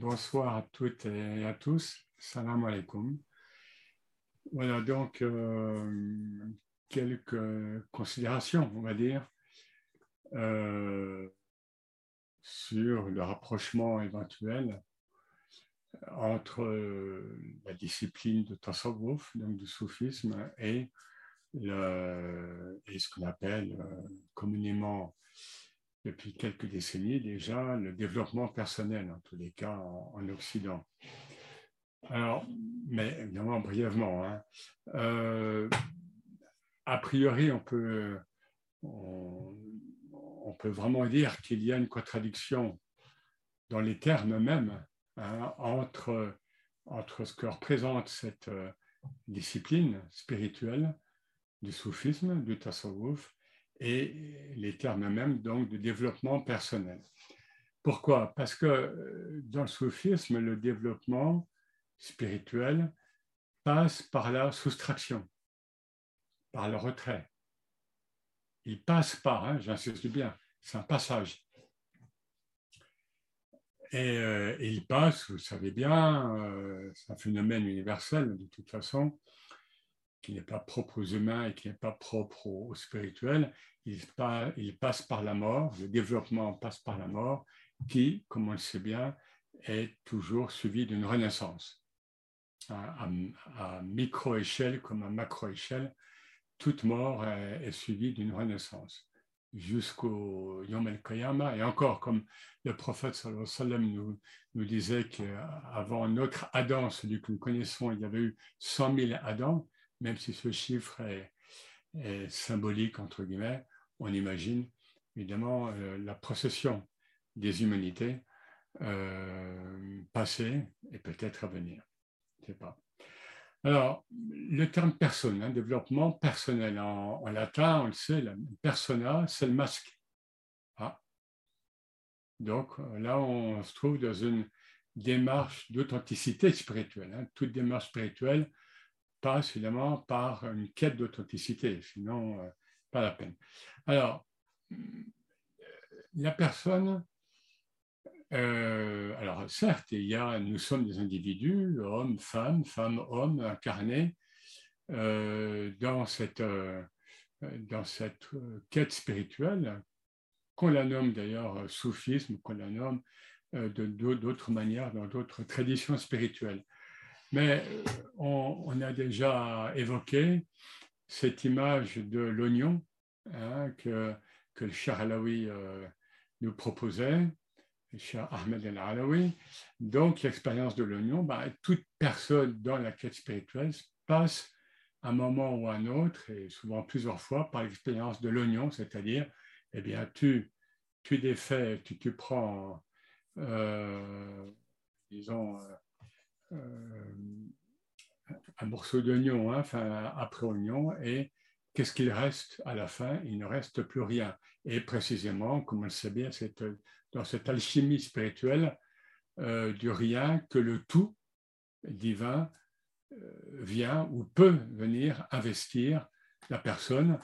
Bonsoir à toutes et à tous. Salam alaikum. Voilà donc quelques considérations, on va dire, sur le rapprochement éventuel entre la discipline de Tasawwuf, donc du soufisme, et ce qu'on appelle communément depuis quelques décennies déjà le développement personnel, en tous les cas en Occident. Alors, mais évidemment brièvement, hein. A priori, on peut vraiment dire qu'il y a une contradiction dans les termes mêmes, hein, entre ce que représente cette discipline spirituelle du soufisme, du tasawwuf, et les termes mêmes donc de développement personnel. Pourquoi? Parce que dans le soufisme, le développement spirituel passe par la soustraction, par le retrait. Il passe par, hein, j'insiste bien, c'est un passage. Et il passe, vous savez bien, c'est un phénomène universel de toute façon, qui n'est pas propre aux humains et qui n'est pas propre aux spirituels. Il passe par la mort, le développement passe par la mort, qui, comme on le sait bien, est toujours suivi d'une renaissance. À micro-échelle comme à macro-échelle, toute mort est suivie d'une renaissance jusqu'au Yom el-Qiyamah. Et encore, comme le prophète sallallahu alayhi wa sallam nous disait qu'avant notre Adam, celui que nous connaissons, il y avait eu 100 000 Adam, même si ce chiffre est symbolique, entre guillemets, on imagine évidemment la procession des humanités passées et peut-être à venir. Je ne sais pas. Alors, le terme personne, hein, développement personnel, en latin, on le sait, la persona, c'est le masque. Ah. Donc là, on se trouve dans une démarche d'authenticité spirituelle. Hein. Toute démarche spirituelle passe évidemment par une quête d'authenticité, sinon pas la peine. Alors, la personne, alors certes, nous sommes des individus, hommes, femmes, hommes, incarnés, dans cette quête spirituelle, qu'on la nomme d'ailleurs soufisme, qu'on la nomme d'autres manières, dans d'autres traditions spirituelles. Mais on a déjà évoqué cette image de l'oignon, hein, que le Cheikh Alaoui nous proposait, le Cheikh Ahmed El-Alaoui. Donc, l'expérience de l'oignon, toute personne dans la quête spirituelle passe un moment ou un autre, et souvent plusieurs fois, par l'expérience de l'oignon, c'est-à-dire, eh bien, tu défais, tu prends, disons, un morceau d'oignon, hein, après oignon, et qu'est-ce qu'il reste à la fin? Il ne reste plus rien. Et précisément, comme on le sait bien, c'est dans cette alchimie spirituelle du rien que le tout divin vient ou peut venir investir la personne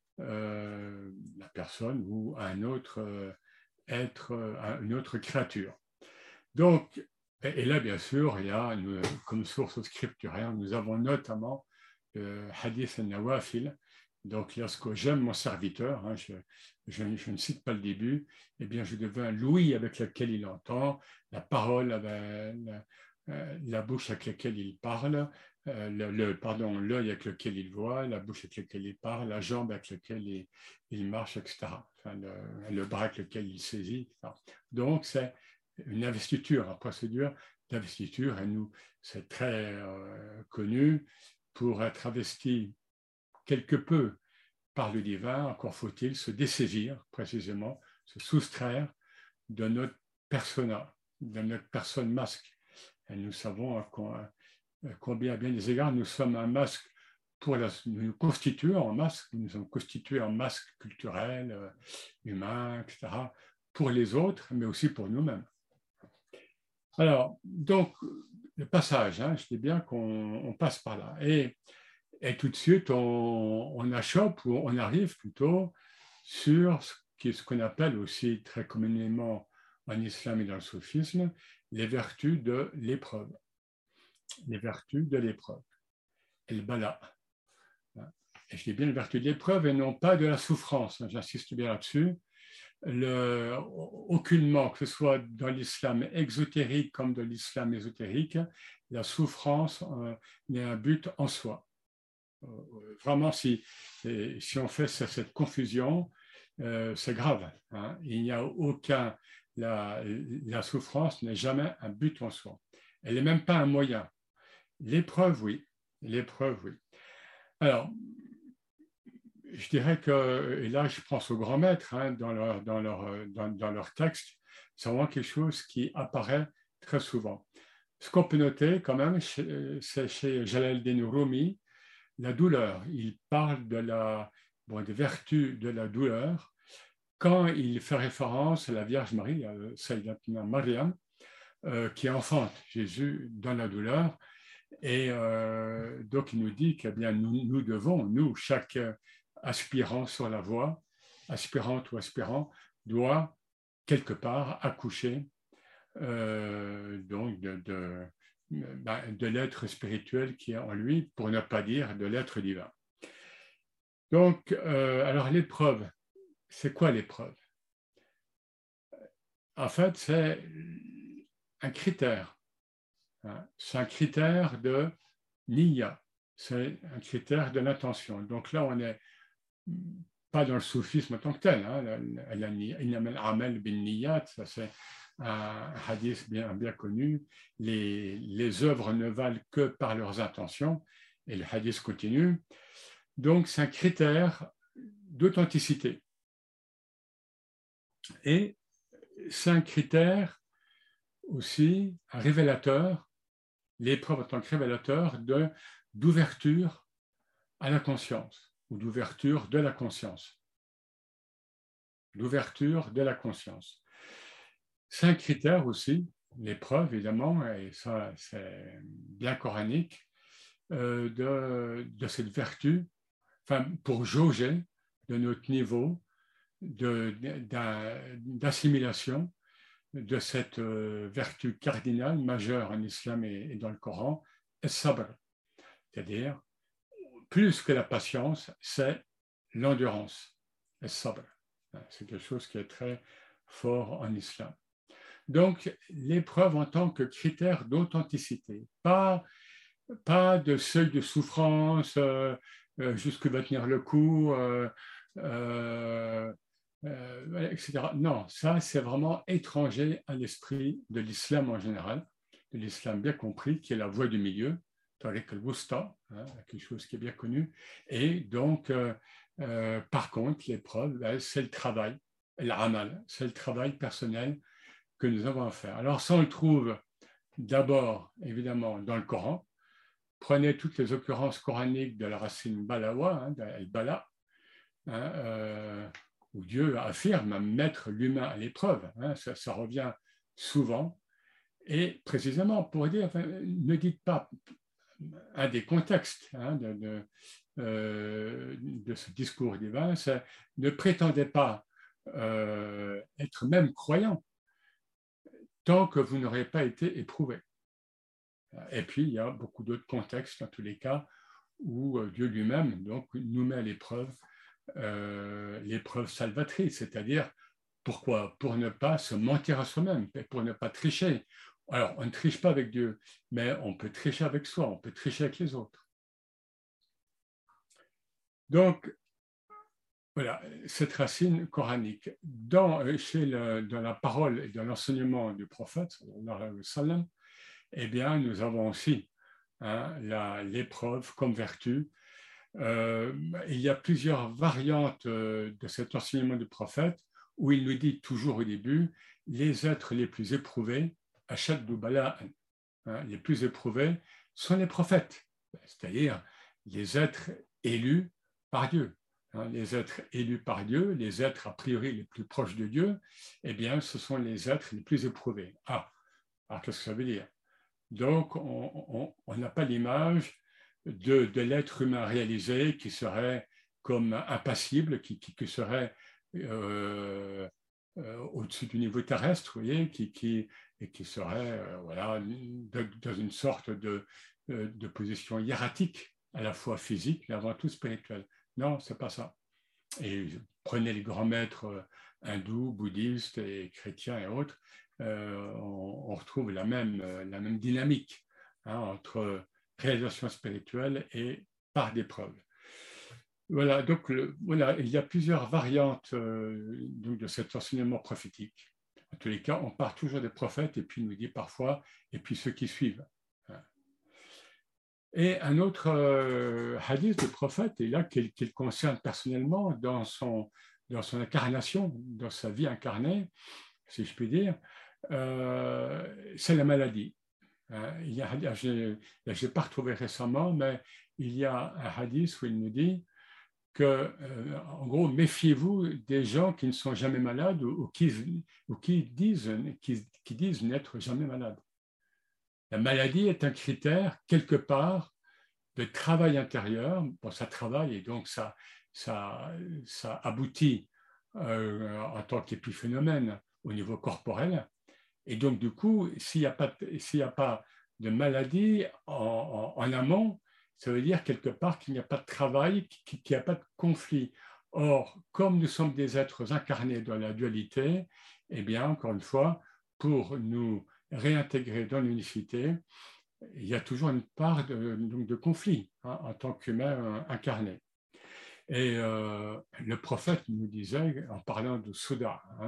ou un autre être, une autre créature. Donc, et là, bien sûr, il y a, comme source scripturaire, nous avons notamment le Hadith al-Nawafil. Donc, lorsque j'aime mon serviteur, hein, je ne cite pas le début, eh bien, je deviens l'ouïe avec laquelle il entend, la parole, la bouche avec laquelle il parle, l'œil avec lequel il voit, la bouche avec laquelle il parle, la jambe avec laquelle il marche, etc. Enfin, le bras avec lequel il saisit, etc. Donc, c'est une investiture, une procédure d'investiture, et nous, c'est très connu, pour être investi quelque peu par le divin, encore faut-il se dessaisir, précisément, se soustraire de notre persona, de notre personne masque. Et nous savons combien, à bien des égards, nous sommes un masque nous nous constituons en masque, nous sommes constitués en masque culturel, humain, etc., pour les autres, mais aussi pour nous-mêmes. Alors, donc, le passage, hein, je dis bien qu'on passe par là. Et tout de suite, on achoppe, ou on arrive plutôt sur ce qu'on appelle aussi très communément en islam et dans le soufisme, les vertus de l'épreuve. Les vertus de l'épreuve. El bala. Et je dis bien les vertus de l'épreuve et non pas de la souffrance. J'insiste bien là-dessus. Aucunement, que ce soit dans l'islam exotérique comme dans l'islam ésotérique, la souffrance n'est un but en soi. Vraiment, si on fait cette confusion, c'est grave. Hein. Il n'y a aucun... La souffrance n'est jamais un but en soi. Elle n'est même pas un moyen. L'épreuve, oui. L'épreuve, oui. Alors, je dirais que, et là je pense aux grands maîtres hein, dans leur texte, c'est vraiment quelque chose qui apparaît très souvent. Ce qu'on peut noter quand même, c'est chez Jalal-Din Rumi, la douleur. Il parle des vertus de la douleur quand il fait référence à la Vierge Marie, Sayyidatuna Mariam, qui enfante Jésus dans la douleur. Et donc il nous dit que bien, nous devons, nous, chaque aspirant sur la voie, aspirante ou aspirant, doit quelque part accoucher donc de l'être spirituel qui est en lui, pour ne pas dire de l'être divin. Donc, alors l'épreuve, c'est quoi l'épreuve? En fait, c'est un critère. Hein, c'est un critère de niya, c'est un critère de l'intention. Donc là, on n'est pas dans le soufisme en tant que tel. Amal bin niyat, ça c'est un hadith bien connu. Les œuvres ne valent que par leurs intentions. Et le hadith continue. Donc c'est un critère d'authenticité. Et c'est un critère aussi, un révélateur, l'épreuve en tant que révélateur d'ouverture à la conscience, ou d'ouverture de la conscience. L'ouverture de la conscience. C'est un critère aussi, l'épreuve évidemment, et ça c'est bien coranique, de cette vertu, enfin, pour jauger de notre niveau d'assimilation de cette vertu cardinale majeure en islam et dans le Coran, es-sabr, c'est-à-dire plus que la patience, c'est l'endurance, es-sabr. C'est quelque chose qui est très fort en islam. Donc, l'épreuve en tant que critère d'authenticité, pas de seuil de souffrance, jusque va tenir le coup, etc. Non, ça, c'est vraiment étranger à l'esprit de l'islam en général, de l'islam bien compris, qui est la voie du milieu, tariq al-wusta, quelque chose qui est bien connu. Et donc, par contre, l'épreuve, c'est le travail, l'amal, c'est le travail personnel que nous avons à faire. Alors, ça, on le trouve d'abord, évidemment, dans le Coran. Prenez toutes les occurrences coraniques de la racine balawa, al-bala, où Dieu affirme mettre l'humain à l'épreuve. Ça revient souvent. Et précisément, pour dire, ne dites pas un des contextes de ce discours divin, c'est ne prétendez pas être même croyant tant que vous n'aurez pas été éprouvé. Et puis, il y a beaucoup d'autres contextes, dans tous les cas, où Dieu lui-même donc, nous met à l'épreuve salvatrice, c'est-à-dire pourquoi? Pour ne pas se mentir à soi-même, pour ne pas tricher. Alors, on ne triche pas avec Dieu, mais on peut tricher avec soi, on peut tricher avec les autres. Donc, voilà, cette racine coranique. Dans la parole et dans l'enseignement du prophète, sallallahu alayhi wa sallam, eh bien, nous avons aussi l'épreuve comme vertu. Il y a plusieurs variantes de cet enseignement du prophète où il nous dit toujours au début, les êtres les plus éprouvés, ashaddu bala'an, les plus éprouvés sont les prophètes, c'est-à-dire les êtres élus par Dieu. Les êtres élus par Dieu, les êtres a priori les plus proches de Dieu, eh bien, ce sont les êtres les plus éprouvés. Alors qu'est-ce que ça veut dire? Donc, on n'a pas l'image de l'être humain réalisé qui serait comme impassible, qui serait au-dessus du niveau terrestre, vous voyez, et qui serait voilà, dans une sorte de position hiératique, à la fois physique, mais avant tout spirituelle. Non, c'est pas ça. Et prenez les grands maîtres hindous, bouddhistes et chrétiens et autres, on retrouve la même dynamique hein, entre réalisation spirituelle et par des preuves. Voilà, donc voilà, il y a plusieurs variantes donc de cet enseignement prophétique. En tous les cas, on part toujours des prophètes et puis il nous dit parfois, et puis ceux qui suivent. Et un autre hadith de prophète, et là qu'il concerne personnellement dans son incarnation, dans sa vie incarnée, si je puis dire, c'est la maladie. Je n'ai pas retrouvé récemment, mais il y a un hadith où il nous dit que, en gros, méfiez-vous des gens qui ne sont jamais malades ou qui disent n'être jamais malades. La maladie est un critère, quelque part, de travail intérieur. Bon, ça travaille et donc ça aboutit en tant qu'épiphénomène au niveau corporel. Et donc, du coup, s'il n'y a pas de maladie en amont, ça veut dire quelque part qu'il n'y a pas de travail, qu'il n'y a pas de conflit. Or, comme nous sommes des êtres incarnés dans la dualité, eh bien, encore une fois, pour nous réintégrer dans l'unicité, il y a toujours une part de conflit hein, en tant qu'humain incarné. Et le prophète nous disait, en parlant de souda, hein,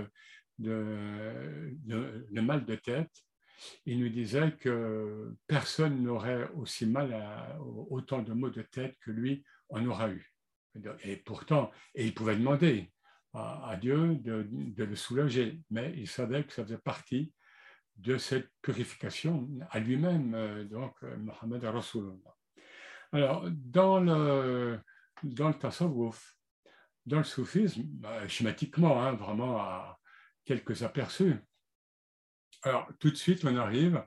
le mal de tête, il nous disait que personne n'aurait aussi autant de maux de tête que lui en aura eu. Et pourtant, il pouvait demander à Dieu de le soulager, mais il savait que ça faisait partie de cette purification à lui-même, donc Mohammed Rasulullah. Alors, dans le tasawwuf, dans le soufisme, schématiquement, hein, vraiment à quelques aperçus, alors tout de suite on arrive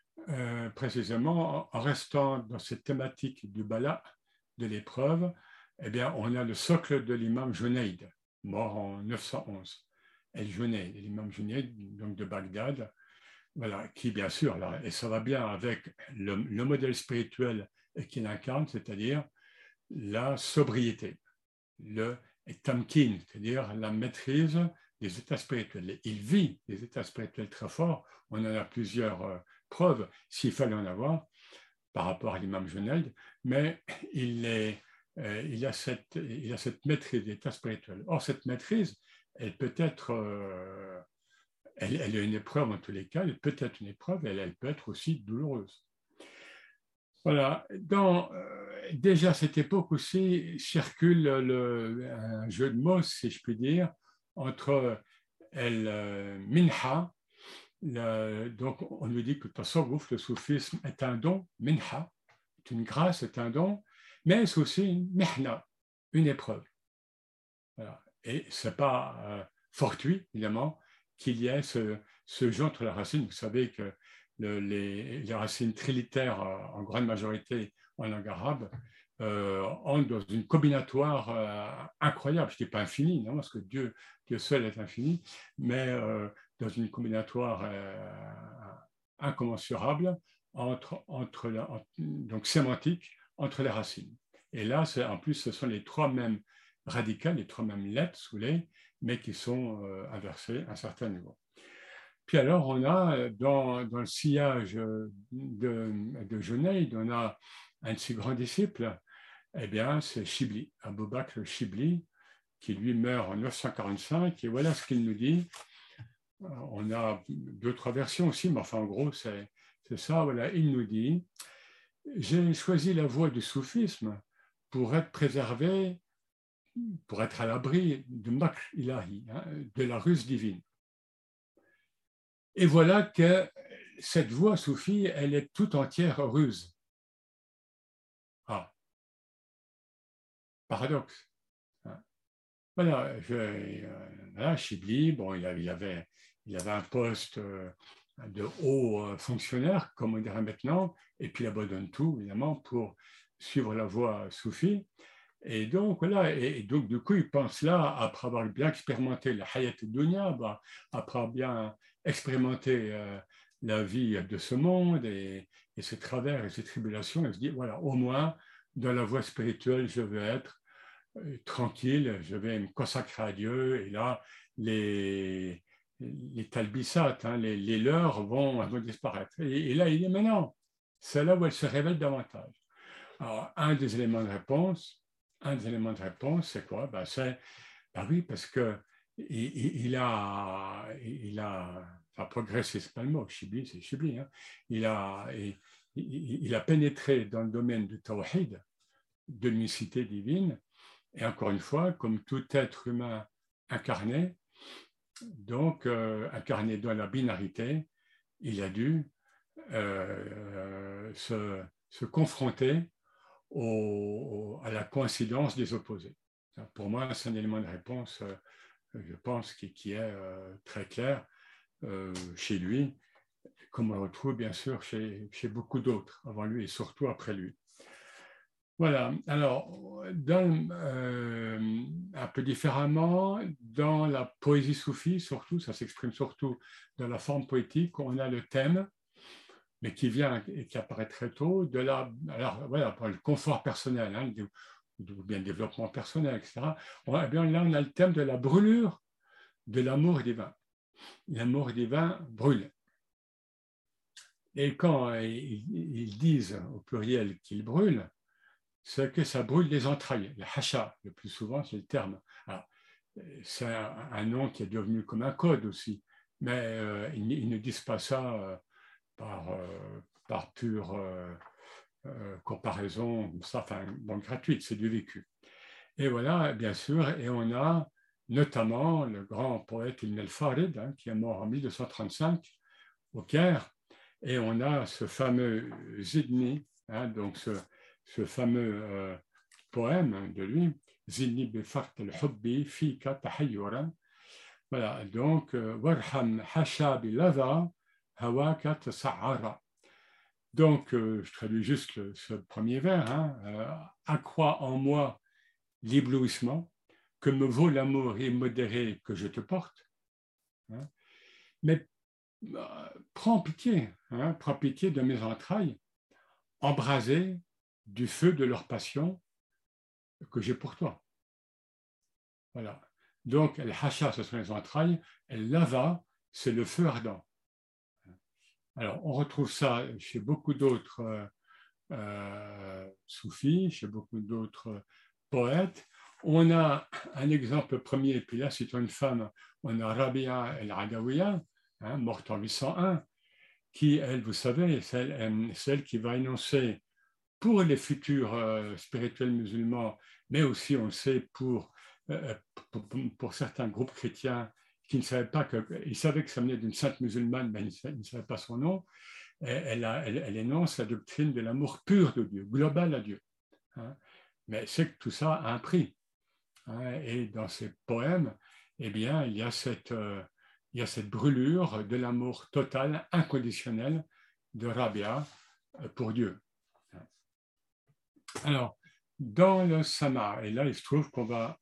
précisément en restant dans cette thématique du bala, de l'épreuve, eh bien on a le socle de l'imam Junayd, mort en 911. El-Junayd, l'imam Junayd, donc de Bagdad, voilà, qui bien sûr, là, et ça va bien avec le modèle spirituel qu'il incarne, c'est-à-dire la sobriété, le tamkin, c'est-à-dire la maîtrise des états spirituels. Il vit des états spirituels très forts, on en a plusieurs preuves, s'il fallait en avoir, par rapport à l'imam Junayd, mais il a cette maîtrise des états spirituels. Or, cette maîtrise, elle peut être... elle est une épreuve en tous les cas, elle peut être une épreuve, elle peut être aussi douloureuse. Voilà. Déjà à cette époque aussi circule un jeu de mots, si je puis dire, entre el minha, donc on lui dit que le tasawwuf, le soufisme, est un don, minha, est une grâce, est un don, mais c'est aussi une mihna, une épreuve. Voilà. Et ce n'est pas fortuit, évidemment, qu'il y ait ce jeu entre la racine. Vous savez que les racines trilitères, en grande majorité en langue arabe, entrent dans une combinatoire incroyable. Je ne dis pas infinie, non, parce que Dieu seul est infini, mais dans une combinatoire incommensurable donc sémantique entre les racines. Et là, en plus, ce sont les trois mêmes radicales, les trois mêmes lettres, sous mais qui sont inversées à un certain niveau. Puis alors, on a dans le sillage de Junayd, on a un de ses grands disciples, eh bien, c'est Shibli, Abou Bakr Shibli, qui lui meurt en 945, et voilà ce qu'il nous dit. On a deux, trois versions aussi, mais enfin, en gros, c'est ça. Voilà, il nous dit « J'ai choisi la voie du soufisme pour être préservé, pour être à l'abri de Makr Ilahi, hein, de la ruse divine. Et voilà que cette voie soufie, elle est tout entière ruse. » Ah, paradoxe. Voilà, Shibli, bon, il avait un poste de haut fonctionnaire, comme on dirait maintenant, et puis il abandonne tout, évidemment, pour suivre la voie soufie. Et donc, voilà, et donc, du coup, il pense là, après avoir bien expérimenté la hayat dunya, après avoir bien expérimenté la vie de ce monde et ses travers et ses tribulations, il se dit, voilà, au moins, dans la voie spirituelle, je veux être tranquille, je vais me consacrer à Dieu, et là, les talbissat, hein, les leurs vont disparaître. Et là, il dit, mais non, c'est là où elle se révèle davantage. Alors, un des éléments de réponse, c'est quoi? Oui, parce que enfin, progressé, c'est pas le mot, Chibli, c'est Chibli, hein. Il a pénétré dans le domaine du tawhid, de l'unicité divine, et encore une fois, comme tout être humain incarné, donc incarné dans la binarité, il a dû se confronter à la coïncidence des opposés. Pour moi, c'est un élément de réponse, je pense, qui est très clair chez lui, comme on le retrouve bien sûr chez beaucoup d'autres avant lui et surtout après lui. Voilà, alors, un peu différemment, dans la poésie soufie, surtout, ça s'exprime surtout dans la forme poétique, on a le thème, mais qui vient et qui apparaît très tôt, alors voilà, pour le confort personnel, hein, ou bien le développement personnel, etc. Eh bien, là, on a le thème de la brûlure de l'amour divin. L'amour divin brûle. Et quand ils disent au pluriel qu'il brûle, c'est que ça brûle les entrailles, le hacha, le plus souvent, c'est le terme. Alors, c'est un nom qui est devenu comme un code aussi, mais ils ne disent pas ça par pure comparaison, ça, enfin, bon, gratuite, c'est du vécu. Et voilà, bien sûr, et on a notamment le grand poète Ibn al-Farid, hein, qui est mort en 1235 au Caire, et on a ce fameux Zidni, hein, donc ce fameux poème de lui, Zidni bifart al-hubbi fika tahayyuran. Voilà, donc, warham hasha bilada hawaka tasa'ara. Donc, je traduis juste ce premier vers, hein, accroît en moi l'éblouissement, que me vaut l'amour immodéré que je te porte, hein, mais prends pitié de mes entrailles, embrasées du feu de leur passion que j'ai pour toi. Voilà. Donc, el hacha, ce sont les entrailles, el lava, c'est le feu ardent. Alors, on retrouve ça chez beaucoup d'autres soufis, chez beaucoup d'autres poètes. On a un exemple premier, et puis là, c'est une femme, on a Rabia el-Adawiya, hein, morte en 801, qui, elle, vous savez, c'est celle qui va énoncer pour les futurs spirituels musulmans, mais aussi, on le sait, pour certains groupes chrétiens qui ne savaient pas ils savaient que ça venait d'une sainte musulmane, mais ils ne savaient pas son nom. Elle énonce la doctrine de l'amour pur de Dieu, global à Dieu. Hein. Mais c'est que tout ça a un prix. Hein. Et dans ces poèmes, eh bien, il y a cette brûlure de l'amour total, inconditionnel de Rabia pour Dieu. Alors, dans le Sama, et là, il se trouve qu'on va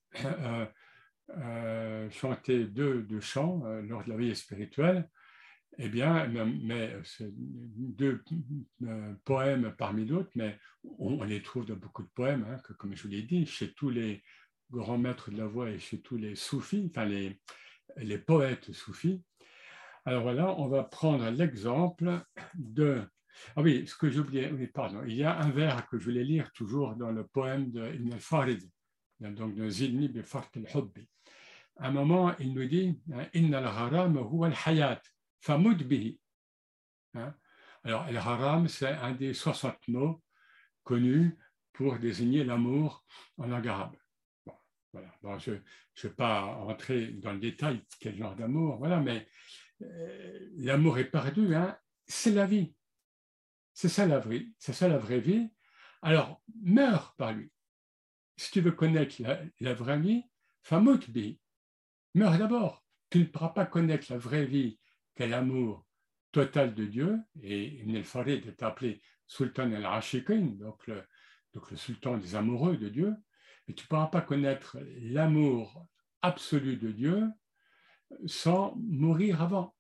chanter deux chants lors de la vie spirituelle, eh bien, mais c'est deux poèmes parmi d'autres, mais on les trouve dans beaucoup de poèmes, hein, que, comme je vous l'ai dit, chez tous les grands maîtres de la voix et chez tous les soufis, enfin les poètes soufis. Alors voilà, on va prendre l'exemple de... Ah oui, ce que j'oubliais, oui, pardon, il y a un vers que je voulais lire toujours dans le poème de Ibn al-Farid, donc de Zidni bifart al-hubbi. À un moment, il nous dit Inna al-haram huwa al-hayat, famud bihi. Alors, al-haram, c'est un des 60 mots connus pour désigner l'amour en langue arabe. Bon, voilà. Bon, je ne vais pas entrer dans le détail de quel genre d'amour, voilà, mais l'amour est perdu, hein, c'est la vie. C'est ça la vraie vie. Alors, meurs par lui. Si tu veux connaître la vraie vie, famut bihi. Meurs d'abord. Tu ne pourras pas connaître la vraie vie qu'est l'amour total de Dieu. Et Ibn al-Farid est appelé Sultan al-Ashiqin, donc le sultan des amoureux de Dieu. Mais tu ne pourras pas connaître l'amour absolu de Dieu sans mourir avant.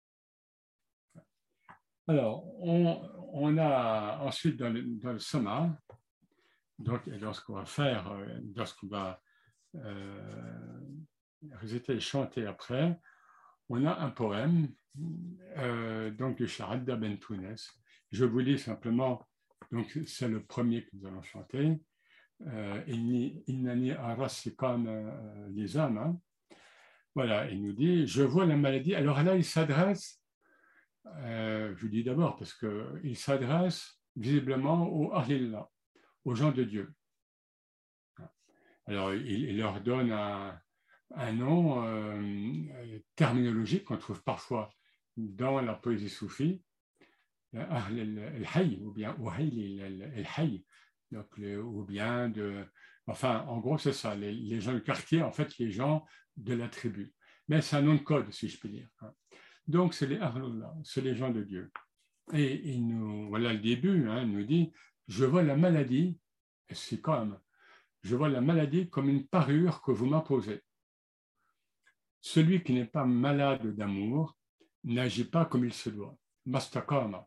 Alors, on a ensuite dans le Soma, donc, dans ce qu'on va faire, dans ce qu'on va réciter et chanter après, on a un poème donc de Sharadda Ben Tounes. Je vous lis simplement, donc c'est le premier que nous allons chanter. Innani arasikam les âmes. Hein. Voilà, il nous dit, je vois la maladie. Alors là, il s'adresse, je vous dis d'abord, parce qu'il s'adresse visiblement aux Ahlillah, aux gens de Dieu. Alors, il leur donne un nom terminologique qu'on trouve parfois dans la poésie soufie, el-Hayy, ou bien el-Hayy, ou bien de... Enfin, en gros, c'est ça, les gens du quartier, en fait, les gens de la tribu. Mais c'est un nom de code, si je puis dire. Donc, c'est les Ahlullah, c'est les gens de Dieu. Et voilà le début, hein, il nous dit, je vois la maladie, et c'est comme, je vois la maladie comme une parure que vous m'imposez. Celui qui n'est pas malade d'amour n'agit pas comme il se doit. Mastakama.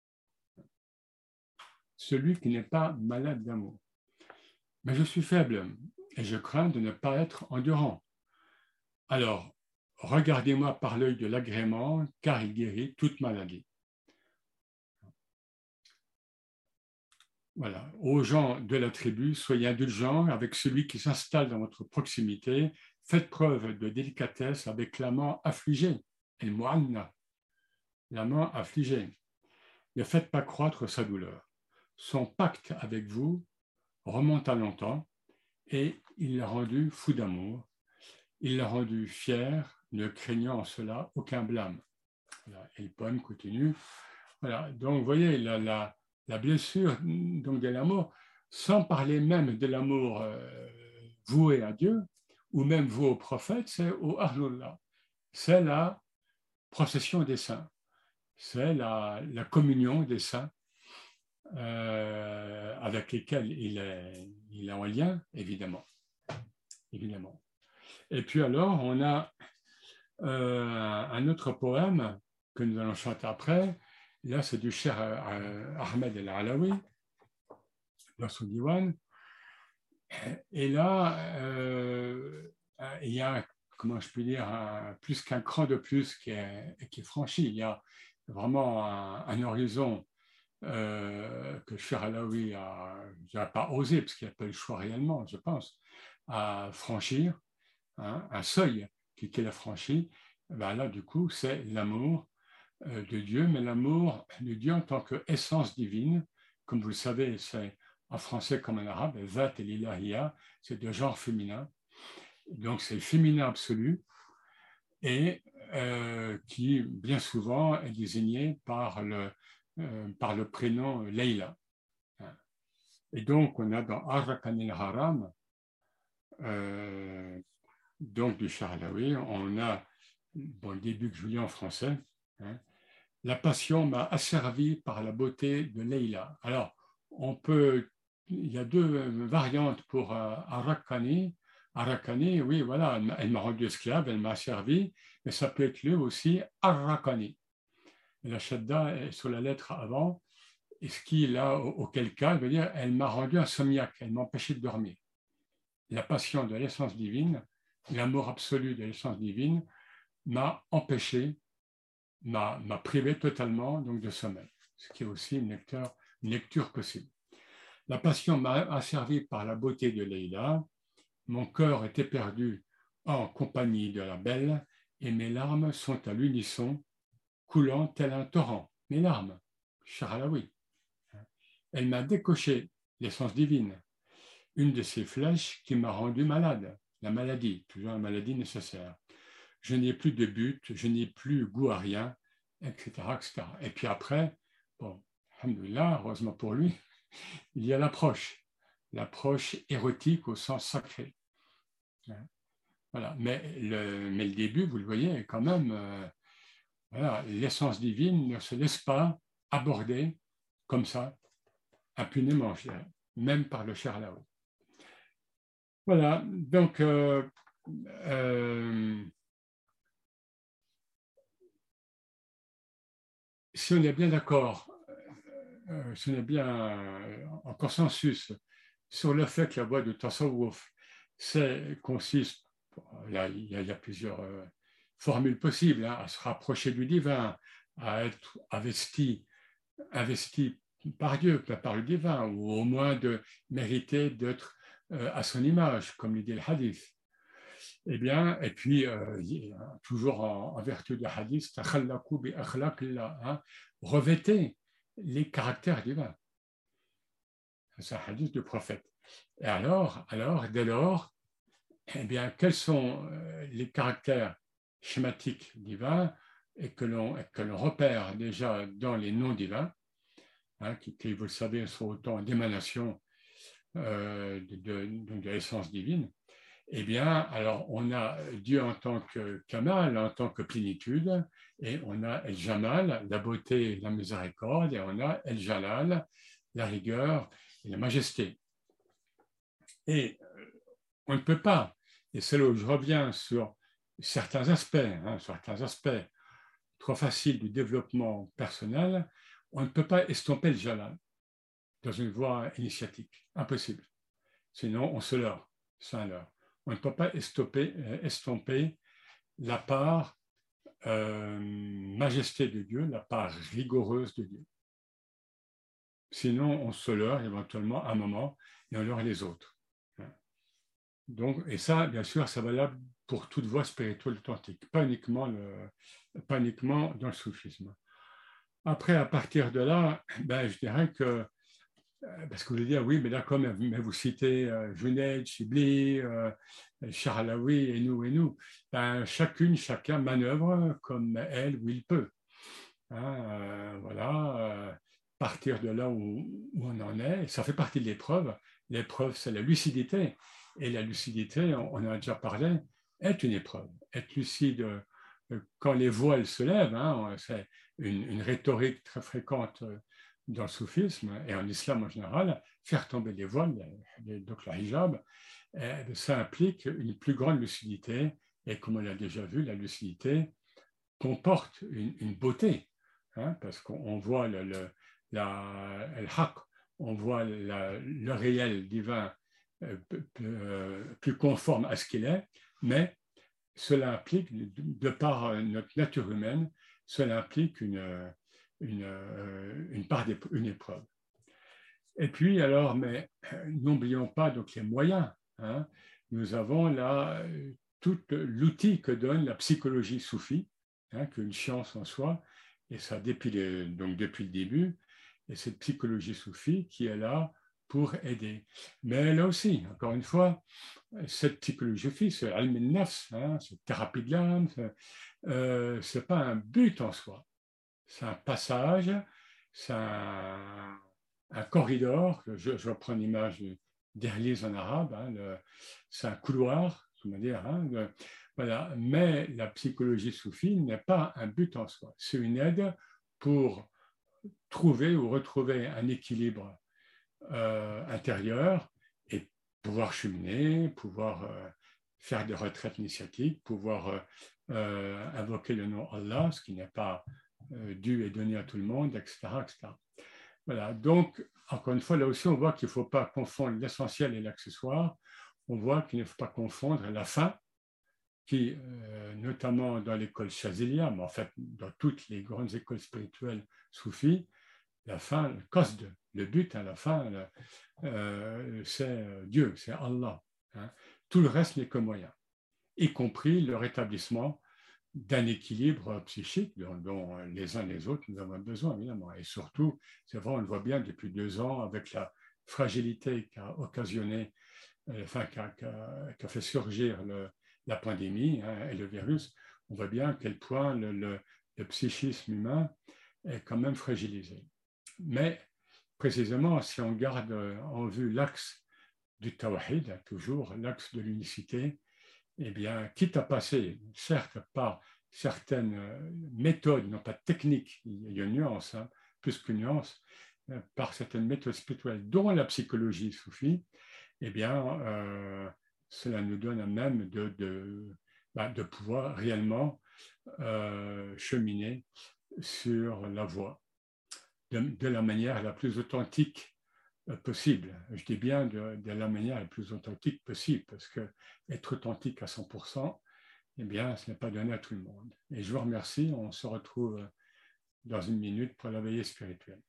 Celui qui n'est pas malade d'amour. Mais je suis faible et je crains de ne pas être endurant. Alors, regardez-moi par l'œil de l'agrément, car il guérit toute maladie. Voilà. Aux gens de la tribu, soyez indulgents avec celui qui s'installe dans votre proximité. Faites preuve de délicatesse avec l'amant affligé, el mu'anna, l'amant affligé. Ne faites pas croître sa douleur. Son pacte avec vous remonte à longtemps et il l'a rendu fou d'amour. Il l'a rendu fier, ne craignant en cela aucun blâme. Voilà. Et le poème continue. Voilà. Donc, vous voyez, la blessure donc, de l'amour, sans parler même de l'amour voué à Dieu, ou même voué au prophète, c'est au Ahlullah. C'est la procession des saints. C'est la communion des saints avec lesquels il est en lien, évidemment. Et puis alors, on a un autre poème que nous allons chanter après. Là, c'est du Cheikh Ahmed El-Alawi, dans son diwan. Et là, il y a, comment je peux dire, plus qu'un cran de plus qui est franchi. Il y a vraiment un horizon que Cheikh Alawi n'a pas osé, parce qu'il n'a pas eu le choix réellement, je pense, à franchir, hein, un seuil qu'il a franchi. Ben là, du coup, c'est l'amour de Dieu, mais l'amour de Dieu en tant qu'essence divine. Comme vous le savez, c'est en français comme en arabe, Zat et l'Ilahiyya, c'est de genre féminin. Donc, c'est le féminin absolu et qui, bien souvent, est désigné par le prénom Leïla. Et donc, on a dans Arrakan el-Haram, donc du Charlaoui, on a, bon, le début que je lis en français, hein, la passion m'a asservi par la beauté de Leïla. Alors, il y a deux variantes pour Arrakani. Arrakani, oui, voilà, elle m'a rendu esclave, elle m'a asservi, mais ça peut être lu aussi Arrakani. La shadda est sur la lettre avant, et ce qui, là, auquel cas, veut dire elle m'a rendu insomniaque, elle m'a empêché de dormir. La passion de l'essence divine, l'amour absolu de l'essence divine, m'a empêché, m'a privé totalement donc, de sommeil, ce qui est aussi une lecture possible. La passion m'a asservi par la beauté de Leïla, mon cœur était perdu en compagnie de la belle, et mes larmes sont à l'unisson, coulant tel un torrent. Mes larmes, Charalawi. Elle m'a décoché l'essence divine, une de ces flèches qui m'a rendu malade, la maladie, toujours la maladie nécessaire. Je n'ai plus de but, je n'ai plus goût à rien, etc., etc. Et puis après, bon, alhamdoulilah, heureusement pour lui, il y a l'approche érotique au sens sacré. Voilà. Mais le début, vous le voyez, est quand même, voilà, l'essence divine ne se laisse pas aborder comme ça, impunément, je dirais, même par le Charlaoui. Voilà, donc si on est bien d'accord, si on est bien en consensus sur le fait que la voie de Tasawwuf consiste, il y a plusieurs formules possibles, hein, à se rapprocher du divin, à être investi par Dieu, par le divin, ou au moins de mériter d'être à son image, comme le dit le hadith. Eh bien, et puis, toujours en vertu du hadith, hein, revêtez les caractères divins. C'est un hadith du prophète. Et dès lors, eh bien, quels sont les caractères schématiques divins et que l'on repère déjà dans les noms divins, hein, qui, vous le savez, sont autant d'émanations de l'essence divine. Eh bien, alors, on a Dieu en tant que Kamal, en tant que plénitude, et on a El Jamal, la beauté, la miséricorde, et on a El Jalal, la rigueur et la majesté. Et on ne peut pas, et c'est là où je reviens sur certains aspects trop faciles du développement personnel, on ne peut pas estomper le Jalal dans une voie initiatique. Impossible. Sinon, on se leurre. C'est un leurre. On ne peut pas estomper la part majesté de Dieu, la part rigoureuse de Dieu. Sinon, on se leurre éventuellement à un moment et on leurre les autres. Donc, et ça, bien sûr, c'est valable pour toute voie spirituelle authentique, pas uniquement dans le soufisme. Après, à partir de là, je dirais que parce que vous allez dire, oui, mais d'accord, mais vous citez Junaid, Chibli, Charalawi et nous. Chacun manœuvre comme elle ou il peut. Hein, voilà, partir de là où on en est. Ça fait partie de l'épreuve. L'épreuve, c'est la lucidité. Et la lucidité, on en a déjà parlé, est une épreuve. Être lucide quand les voiles se lèvent, hein, c'est une rhétorique très fréquente dans le soufisme et en islam en général, faire tomber les voiles, donc le hijab, ça implique une plus grande lucidité. Et comme on l'a déjà vu, la lucidité comporte une beauté, hein, parce qu'on voit le haq, on voit le réel divin plus conforme à ce qu'il est, mais cela implique, de par notre nature humaine, cela implique une épreuve. Et puis, alors, mais n'oublions pas donc les moyens. Hein. Nous avons là tout l'outil que donne la psychologie soufie, hein, qui est une science en soi, et ça depuis le début, et cette psychologie soufie qui est là pour aider. Mais là aussi, encore une fois, cette psychologie soufie, c'est al-nafs, hein, c'est thérapie de l'âme, c'est pas un but en soi, c'est un passage, c'est un corridor, je reprends l'image d'Erlise en arabe, hein, c'est un couloir, je veux dire, hein, voilà. Mais la psychologie soufie n'est pas un but en soi, c'est une aide pour trouver ou retrouver un équilibre intérieur et pouvoir cheminer, pouvoir faire des retraites initiatiques, pouvoir invoquer le nom Allah, ce qui n'est pas dû et donné à tout le monde, etc., etc. Voilà, donc, encore une fois, là aussi, on voit qu'il ne faut pas confondre l'essentiel et l'accessoire. On voit qu'il ne faut pas confondre la fin, qui, notamment dans l'école Chazilia, mais en fait, dans toutes les grandes écoles spirituelles soufis, la fin, le qasd, le but à la fin, c'est Dieu, c'est Allah. Hein. Tout le reste n'est que moyen, y compris le rétablissement d'un équilibre psychique dont les uns les autres nous avons besoin, évidemment. Et surtout, c'est vrai, on le voit bien depuis 2 ans avec la fragilité qu'a occasionné, qu'a fait surgir la pandémie, hein, et le virus, on voit bien à quel point le psychisme humain est quand même fragilisé. Mais précisément, si on garde en vue l'axe du tawhid, toujours l'axe de l'unicité, eh bien, quitte à passer, certes, par certaines méthodes, non pas techniques, il y a une nuance, hein, plus qu'une nuance, par certaines méthodes spirituelles, dont la psychologie soufie, eh bien, cela nous donne à même de pouvoir réellement cheminer sur la voie de la manière la plus authentique possible. Je dis bien de la manière la plus authentique possible, parce que être authentique à 100%, eh bien, ce n'est pas donné à tout le monde. Et je vous remercie. On se retrouve dans une minute pour la veillée spirituelle.